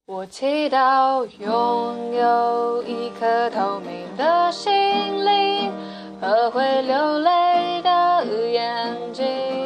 我祈祷拥有一颗透明的心灵和会流泪的眼睛。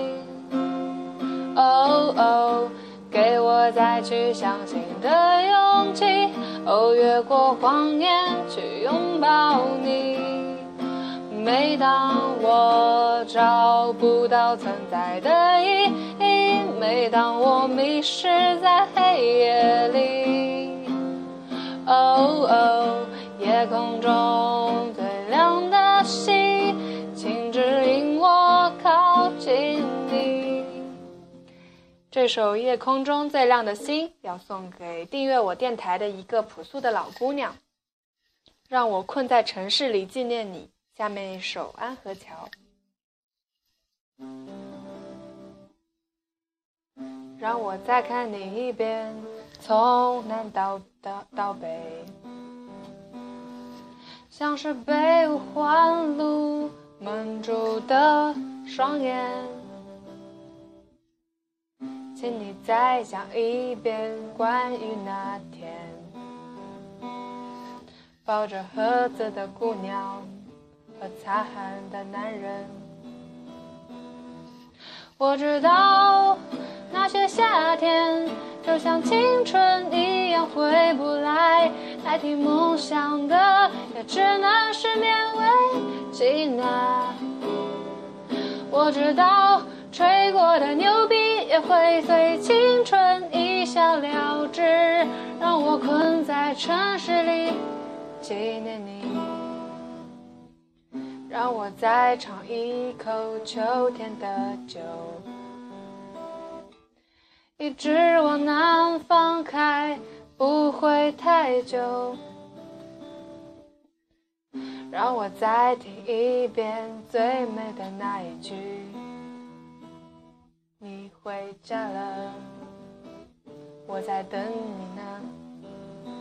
哦哦，给我再去相信的勇气，哦，越过谎言去拥抱你。每当我找不到存在的意义，每当我迷失在黑夜里，哦哦，夜空中最亮的星，请指引我靠近你。这首《夜空中最亮的星》要送给订阅我电台的一个朴素的老姑娘，让我困在城市里纪念你。下面一首《安河桥》。让我再看你一遍，从南到北，像是被五环路蒙住的双眼，请你再讲一遍关于那天抱着盒子的姑娘和擦汗的男人。我知道那些夏天就像青春一样回不来，代替梦想的也只能是勉为其难。我知道吹过的牛逼也会随青春一笑了之，让我困在城市里纪念你。让我再尝一口秋天的酒，一直往南方开，不会太久。让我再听一遍最美的那一句，你回家了，我在等你呢。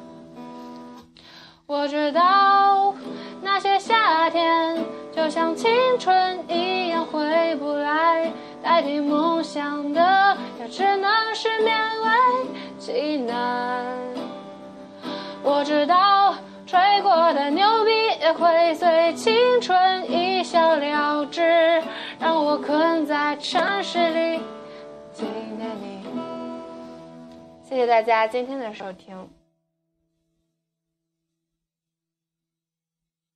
我知道那些夏天就像青春一样回不来，代替梦想的也只能是勉为其难。我知道吹过的牛逼也会随青春一笑了之，让我困在城市里纪念你。谢谢大家今天的收听。